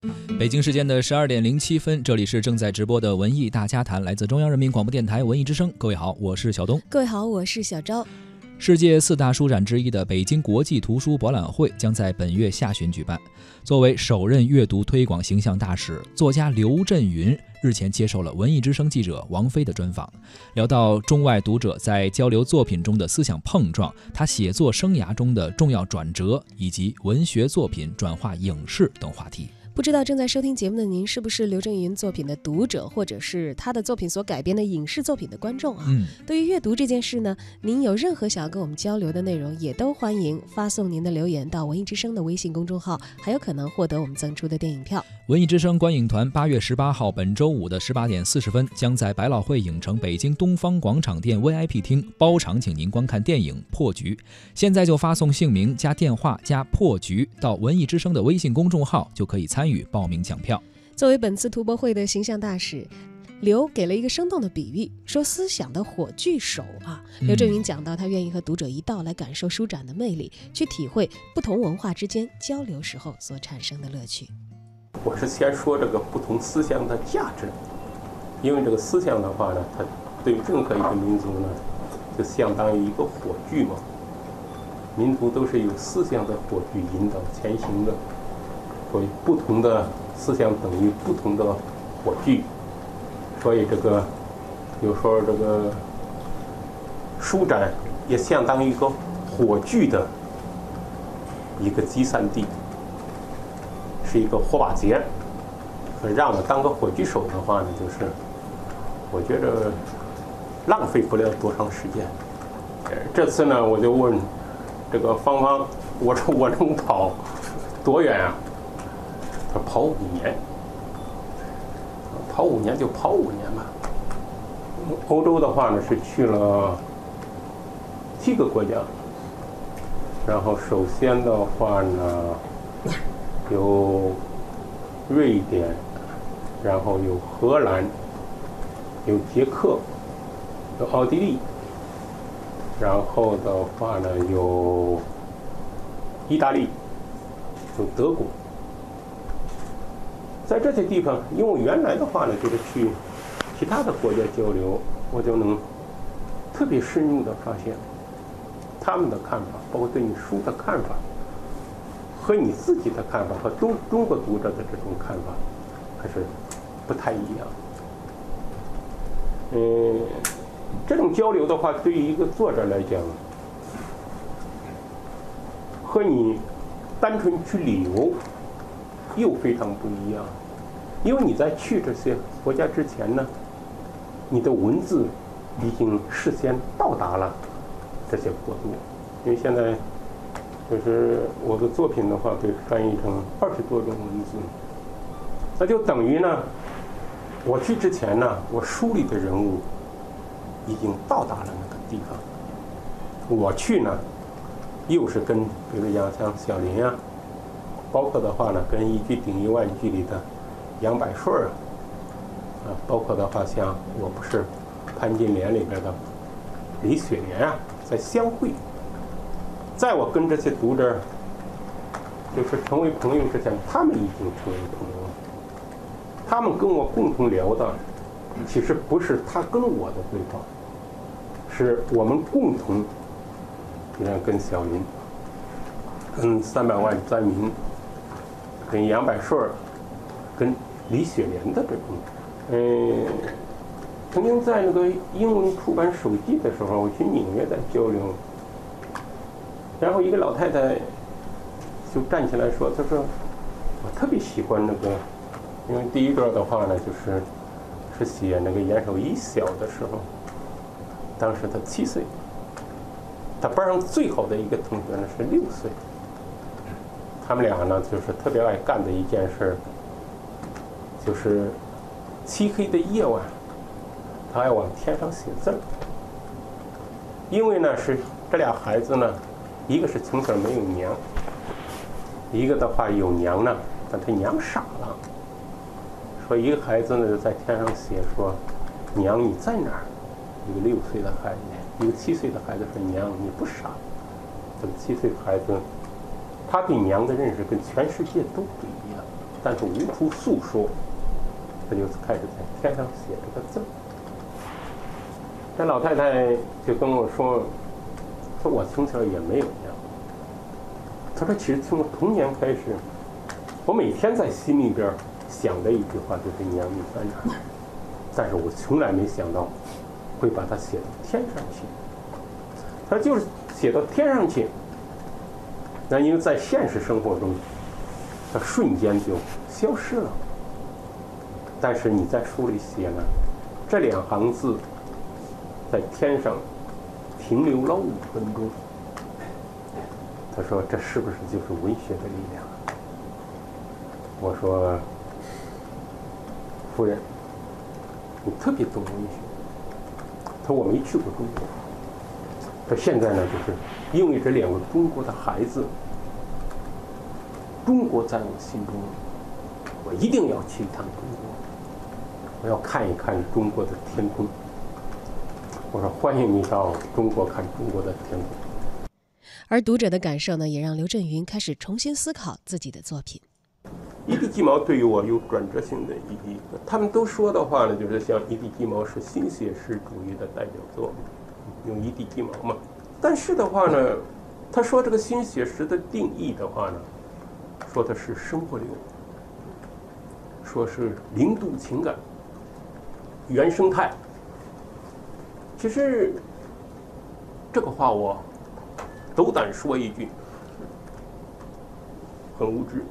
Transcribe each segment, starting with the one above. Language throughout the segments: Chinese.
北京时间的12:07，这里是正在直播的文艺大家谈，来自中央人民广播电台文艺之声。各位好，我是小东。 各位好，我是小昭。 世界4大书展之一的北京国际图书博览会将在本月下旬举办。作为首任阅读推广形象大使，作家刘震云日前接受了文艺之声记者王菲的专访，聊到中外读者在交流作品中的思想碰撞，他写作生涯中的重要转折，以及文学作品转化影视等话题。 不知道正在收听节目的您是不是刘震云作品的读者，或者是他的作品所改编的影视作品的观众啊？对于阅读这件事呢，您有任何想要跟我们交流的内容，也都欢迎发送您的留言到文艺之声的微信公众号，还有可能获得我们赠出的电影票。 文艺之声观影团8月18号本周五的18点40分，将在百老汇影城北京东方广场店 VIP 厅包场，请您观看电影《破局》。现在就发送姓名加电话加破局到文艺之声的微信公众号，就可以参与报名抢票。 作为本次图博会的形象大使，刘给了一个生动的比喻，说思想的火炬手啊。刘震云讲到，他愿意和读者一道来感受书展的魅力，去体会不同文化之间交流时候所产生的乐趣。 我是先说这个不同思想的价值，因为这个思想的话呢，它对任何一个民族呢，就相当于一个火炬嘛。民族都是由思想的火炬引导前行的，所以不同的思想等于不同的火炬。所以这个有时候这个书展也相当于一个火炬的一个集散地，是一个火把节。让我当个火炬手的话呢，就是我觉得浪费不了多长时间。这次呢，我就问这个芳芳，我说我能跑多远啊？他说跑5年，跑5年就跑5年吧。欧洲的话呢是去了7个国家，然后首先的话呢有瑞典，然后有荷兰，有捷克，有奥地利，然后的话呢有意大利，有德国。在这些地方，因为我原来的话呢就是去其他的国家交流，我就能特别深入的发现他们的看法，包括对你书的看法，和你自己的看法和中国读者的这种看法还是不太一样。这种交流的话，对于一个作者来讲，和你单纯去旅游又非常不一样。因为你在去这些国家之前呢，你的文字已经事先到达了这些国度。因为现在就是我的作品的话被翻译成20多种文字，那就等于呢，我去之前呢，我书里的人物已经到达了那个地方。我去呢，又是跟比如讲像小林啊，包括的话呢，跟一句顶1万句里的杨百顺啊，包括的话像我不是潘金莲里边的李雪莲啊，在相会。在我跟这些读者就是成为朋友之前，他们已经成为朋友了。他们跟我共同聊的，其实不是他跟我的对话，是我们共同，你看跟小林，跟300万灾民，跟杨百顺，跟李雪莲的这种，曾经在那个英文出版手记的时候，我去纽约在交流，然后一个老太太就站起来说，她说我特别喜欢那个，因为第一段的话呢，是写那个严守一小的时候，当时他7岁，他班上最好的一个同学呢是6岁，他们俩呢就是特别爱干的一件事，就是漆黑的夜晚，他要往天上写字。因为呢是这俩孩子呢，一个是从小没有娘，一个的话有娘呢，但他娘傻了。说一个孩子呢在天上写说，娘你在哪儿？一个6岁的孩子，一个7岁的孩子说，娘你不傻。这个7岁孩子，他对娘的认识跟全世界都不一样。 但是无处诉说，他就开始在天上写这个字。这老太太就跟我说我从小也没有这样。他说其实从我童年开始，我每天在心里边想的一句话就是娘你在哪儿，但是我从来没想到会把它写到天上去。他就是写到天上去，那因为在现实生活中它瞬间就消失了，但是你在书里写呢，这2行字在天上停留了5分钟。他说这是不是就是文学的力量？我说夫人你特别懂文学。他说我没去过中国。他说现在呢就是因为这2个中国的孩子，中国在我心中，我一定要去一趟中国，我要看一看中国的天空。我说欢迎你到中国看中国的天空。 而读者的感受呢，也让刘震云开始重新思考自己的作品。 一地鸡毛对于我有转折性的意义。他们都说的话呢，就是像一地鸡毛是新写实主义的代表作，用一地鸡毛嘛。但是的话呢，他说这个新写实的定义的话呢，说的是生活流，说是零度情感、原生态。其实这个话我斗胆说一句，很无知。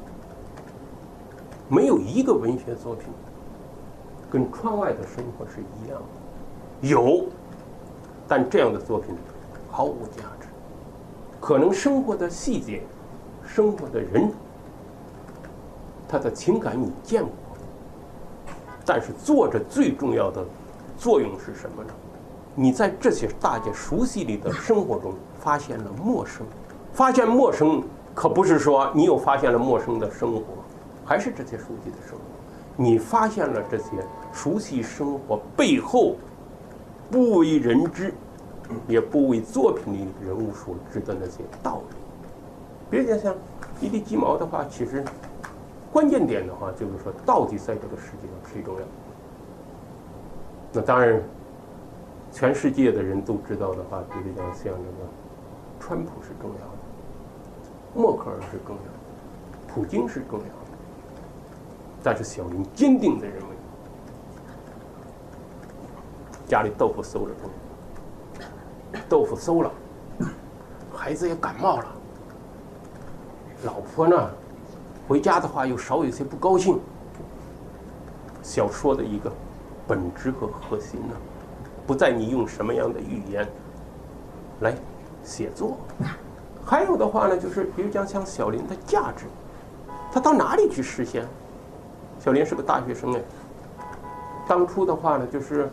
没有一个文学作品跟窗外的生活是一样的，有，但这样的作品毫无价值。可能生活的细节、生活的人，他的情感你见过，但是作者最重要的作用是什么呢？你在这些大家熟悉里的生活中发现了陌生。发现陌生可不是说你又发现了陌生的生活，还是这些熟悉的生活，你发现了这些熟悉生活背后不为人知也不为作品里人物所知的那些道理。比如像一地鸡毛的话，其实关键点的话就是说，到底在这个世界上谁重要？那当然全世界的人都知道的话，比如像这个川普是重要的，默克尔是重要的，普京是重要的。但是小林坚定地认为，家里豆腐馊了重要，豆腐馊了，孩子也感冒了，老婆呢回家的话又少有些不高兴。小说的一个本质和核心呢，不在你用什么样的语言来写作，还有的话呢，就是比如讲像小林的价值，他到哪里去实现？小林是个大学生哎，当初的话呢，就是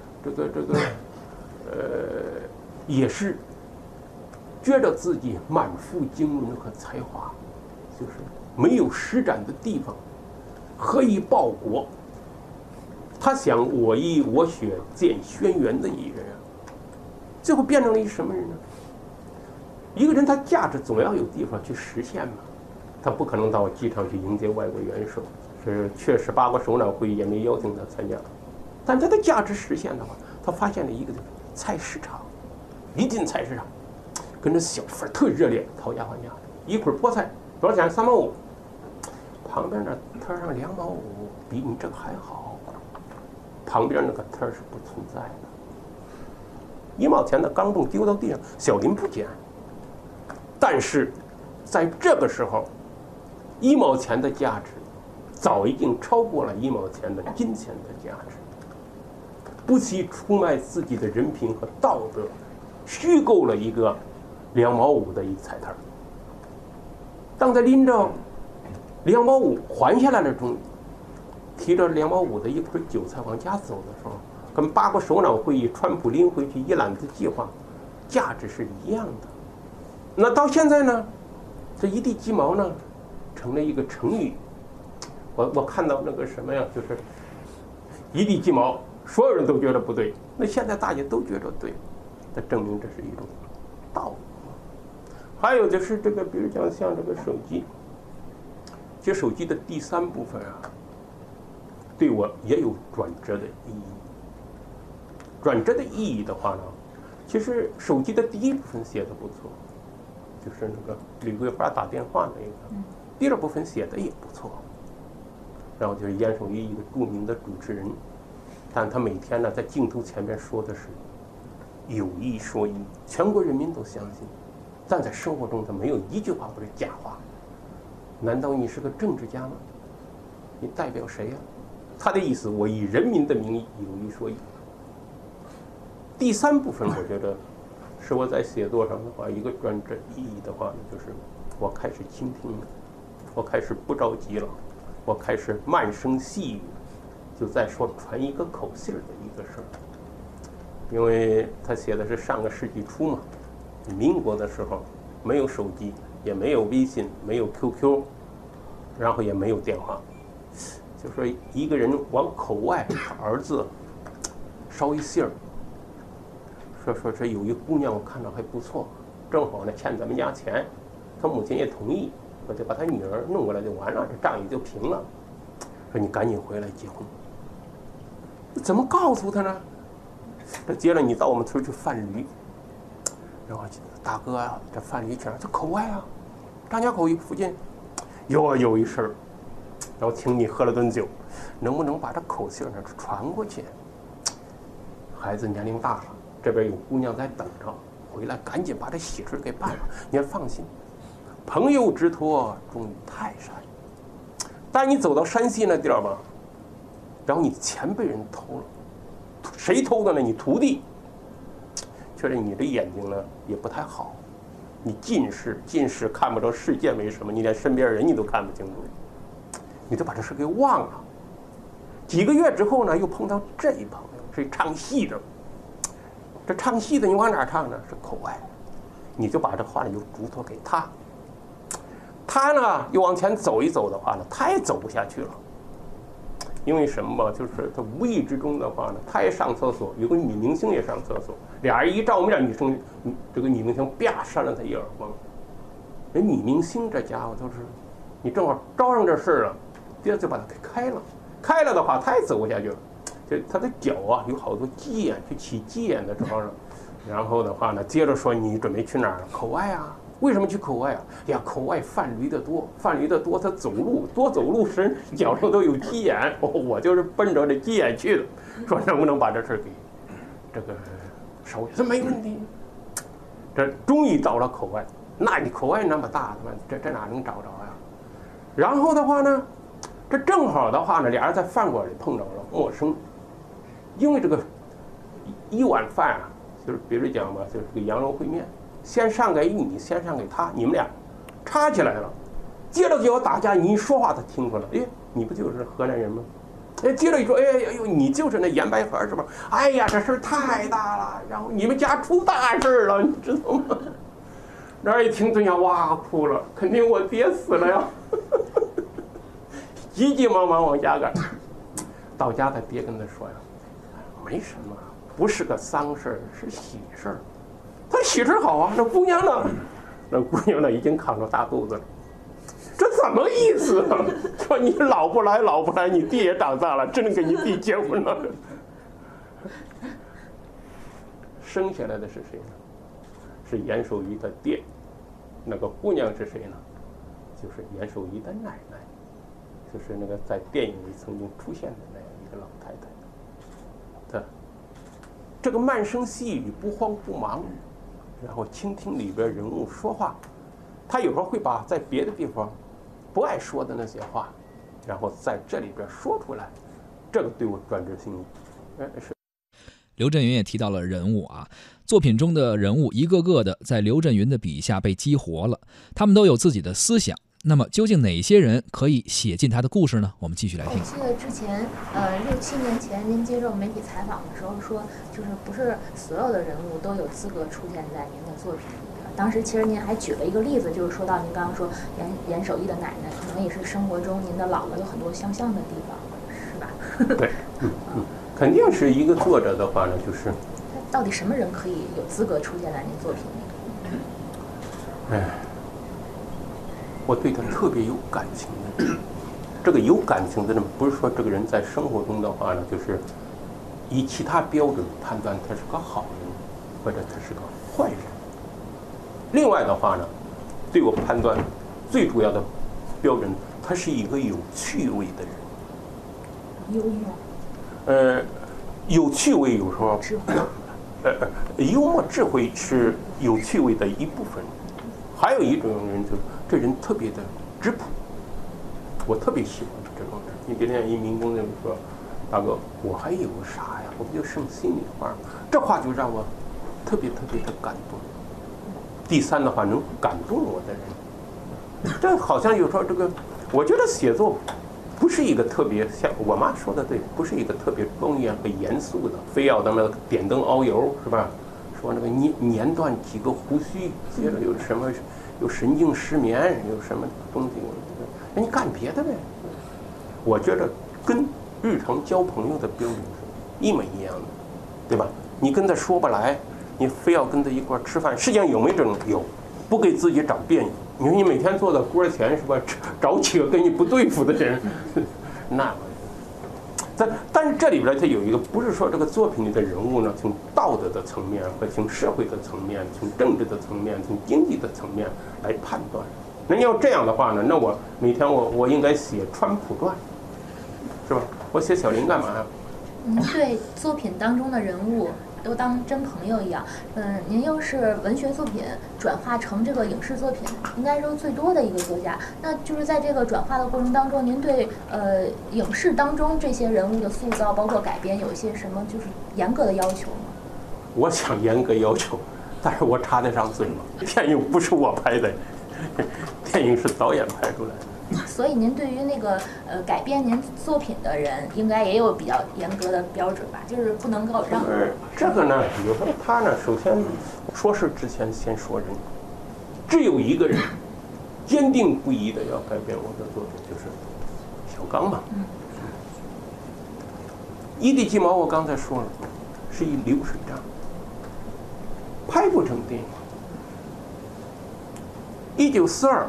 也是觉得自己满腹经纶和才华，就是没有施展的地方，何以报国？他想我以我血荐轩辕的一个人，最后变成了一什么人呢？一个人他价值总要有地方去实现嘛，他不可能到机场去迎接外国元首，是确实18国首脑会议也没邀请他参加，但他的价值实现的话，他发现了一个菜市场，一进菜市场，跟着小贩特热烈讨价还价，一捆菠菜多少钱？3毛5，旁边那摊上2毛5，比你这个还好，旁边那个摊是不存在的。1毛钱的钢镚丢到地上，小林不捡。但是在这个时候，1毛钱的价值早已经超过了1毛钱的金钱的价值，不惜出卖自己的人品和道德，虚构了一个2毛5的一菜摊。当他拎着2毛5还下来了，终于提着2毛5的一捆韭菜往家走的时候，跟8国首脑会议川普拎回去一揽子计划价值是一样的。那到现在呢，这一地鸡毛呢成了一个成语。我看到那个什么呀，就是一地鸡毛，所有人都觉得不对，那现在大家都觉得对，那证明这是一种道理。还有就是这个，比如讲像这个手机， 这手机的第3部分啊，对我也有转折的意义。转折的意义的话呢，其实手机的第1部分写的不错，就是那个李桂花打电话那个。第2部分写的也不错。然后就是严守一个著名的主持人，但他每天呢在镜头前面说的是有一说一，全国人民都相信，但在生活中他没有一句话不是假话。难道你是个政治家吗？你代表谁呀？他的意思，我以人民的名义有一说一。第3部分，我觉得是我在写作上的话一个转折意义的话呢，就是我开始倾听了，我开始不着急了，我开始慢声细语，就在说传一个口信的一个事儿。因为他写的是上个世纪初嘛，民国的时候没有手机，也没有微信，没有 QQ， 然后也没有电话，就说一个人往口外，他儿子捎一信儿，说这有一姑娘我看到还不错，正好呢欠咱们家钱，他母亲也同意，我就把他女儿弄过来就完了，这账也就平了。说你赶紧回来结婚。怎么告诉他呢？这接着你到我们村去贩驴，然后大哥啊，这贩驴去哪？这口外啊，张家口附近有一事儿，然后请你喝了顿酒，能不能把这口信呢传过去？孩子年龄大了，这边有姑娘在等着，回来赶紧把这喜事给办了。你要放心，朋友之托重于泰山。但你走到山西那地儿吧，然后你钱被人偷了，谁偷的呢？你徒弟。确实你的眼睛呢也不太好，你近视看不着世界没什么，你连身边人你都看不清楚，你就把这事给忘了。几个月之后呢，又碰到这一朋友，是唱戏的。这唱戏的你往哪唱呢？是口外，你就把这话呢就嘱托给他。他呢又往前走一走的话呢，他也走不下去了。因为什么？就是他无意之中的话呢，他也上厕所，有个女明星也上厕所，俩人一照面，女生这个女明星啪扇了他一耳光。人女明星这家伙都是，你正好招上这事儿了，第二就把他给开了。开了的话，他也走不下去了。就他的脚啊有好多鸡眼，就起鸡眼的招上。然后的话呢，接着说你准备去哪儿？口外啊。为什么去口外啊？呀，口外贩驴的多，他走路多走路时脚上都有鸡眼，我就是奔着这鸡眼去的。说能不能把这事给这个收下？这没问题。这终于到了口外，那你口外那么大，这哪能找着呀？然后的话呢，这正好的话呢，俩人在饭馆里碰着了陌生，因为这个一碗饭啊，就是比如讲吧，就是个羊肉烩面。先上给你，先上给他，你们俩插起来了，接着就要打架。你一说话他听出来，哎，你不就是河南人吗？哎，接着一说，哎呦，你就是那严白河是吧？哎呀，这事儿太大了，然后你们家出大事了，你知道吗？然后一听这样，哇，哭了，肯定我爹死了呀，急急忙忙往家赶。到家他爹跟他说呀，没什么，不是个丧事儿，是喜事儿。他喜事好啊，那姑娘呢？那姑娘呢已经扛着大肚子了，这怎么意思啊？说你老不来，你弟也长大了，真的给你弟结婚了。生下来的是谁呢？是严守一的爹。那个姑娘是谁呢？就是严守一的奶奶，就是那个在电影里曾经出现的那样一个老太太。她这个慢声细语，不慌不忙。然后倾听里边人物说话，他有时候会把在别的地方不爱说的那些话，然后在这里边说出来，这个对我转折性是。 刘震云也提到了人物啊，作品中的人物一个个的在刘震云的笔下被激活了，他们都有自己的思想。那么究竟哪些人可以写进他的故事呢？我们继续来听。 我记得之前6、7年前您接受媒体采访的时候说，就是不是所有的人物都有资格出现在您的作品里。当时其实您还举了一个例子，就是说到您刚刚说严守一的奶奶，可能也是生活中您的姥姥有很多相像的地方，是吧？ 对，肯定是一个作者的话呢，就是到底什么人可以有资格出现在您作品里？ 我对他特别有感情的人。这个有感情的人，不是说这个人在生活中的话呢，就是以其他标准判断他是个好人，或者他是个坏人。另外的话呢，对我判断最主要的标准，他是一个有趣味的人。 幽默。 有趣味有时候智慧。 幽默智慧是有趣味的一部分。还有一种人，就是这人特别的质朴，我特别喜欢这种人。你别看一民工人说：“大哥，我还有啥呀？我不就剩心里话吗？”这话就让我特别的感动。第三的话，能感动我的人，这好像有时候这个，我觉得写作不是一个特别像我妈说的对，不是一个特别庄严和严肃的，非要那么点灯熬油是吧？说那个粘断几个胡须，接着有什么有神经失眠，有什么东西，那你干别的呗。我觉得跟日常交朋友的标准是一模一样的，对吧？你跟他说不来，你非要跟他一块吃饭，实际上有没有这种有，不给自己找别扭。你说你每天坐在锅前是吧，找几个跟你不对付的人，那但是这里边它有一个，不是说这个作品里的人物呢，从道德的层面和从社会的层面、从政治的层面、从经济的层面来判断。那要这样的话呢，那我每天我应该写川普传，是吧？我写小林干嘛呀？ 对作品当中的人物都当真朋友一样。您又是文学作品转化成这个影视作品，应该说最多的一个作家。那就是在这个转化的过程当中，您对影视当中这些人物的塑造，包括改编，有一些什么就是严格的要求吗？ 我想严格要求，但是我插得上嘴吗？电影不是我拍的，电影是导演拍出来的。 所以您对于那个改编您作品的人，应该也有比较严格的标准吧？就是不能够让这个呢，有时候他呢，首先说事之前先说人，只有一个人坚定不移的要改变我的作品，就是小刚嘛。一地鸡毛我刚才说了，是一流水账，拍不成电影。1942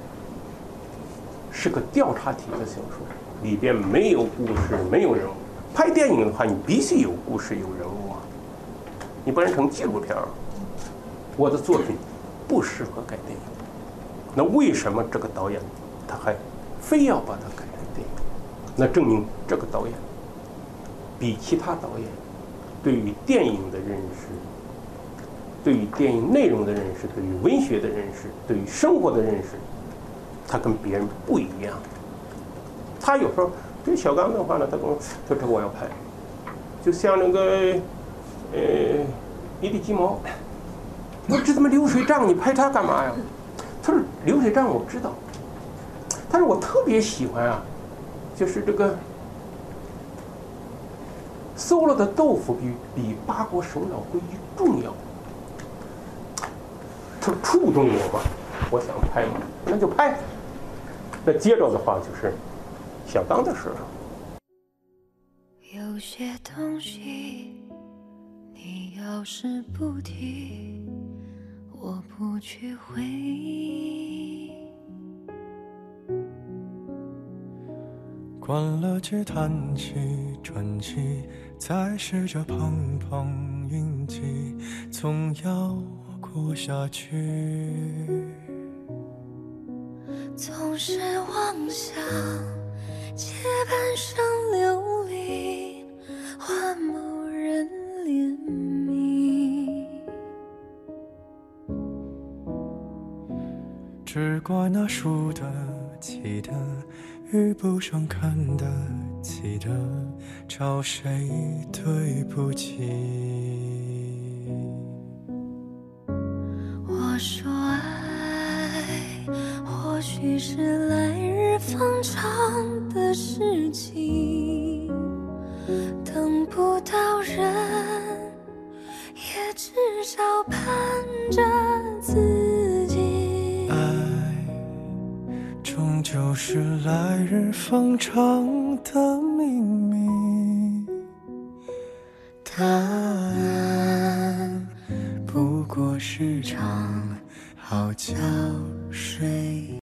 是个调查体的小说，里边没有故事，没有人物。拍电影的话，你必须有故事，有人物啊，你不然成纪录片了。我的作品不适合改电影，那为什么这个导演他还非要把它改成电影？那证明这个导演比其他导演对于电影的认识，对于电影内容的认识，对于文学的认识，对于生活的认识，他跟别人不一样。他有时候对小刚的话呢，他跟我说这个我要拍，就像那个一地鸡毛，我这他妈流水账，你拍它干嘛呀？他说流水账我知道，但是我特别喜欢啊，就是这个馊了的豆腐比八国首脑会议重要。他触动我吧，我想拍嘛，那就拍。那接着的话就是小刚的事了。 有些东西你要是不提，我不去回忆。 关了机叹气喘气，再试着碰碰运气，总要过下去。 总是妄想借半生流离换某人怜悯， 只怪那输得起的遇不上看得起的，找谁对不起？ 我说爱或许是来日方长的事情，等不到人也至少盼着自己。 爱终究是来日方长的秘密，答案不过是场好觉睡。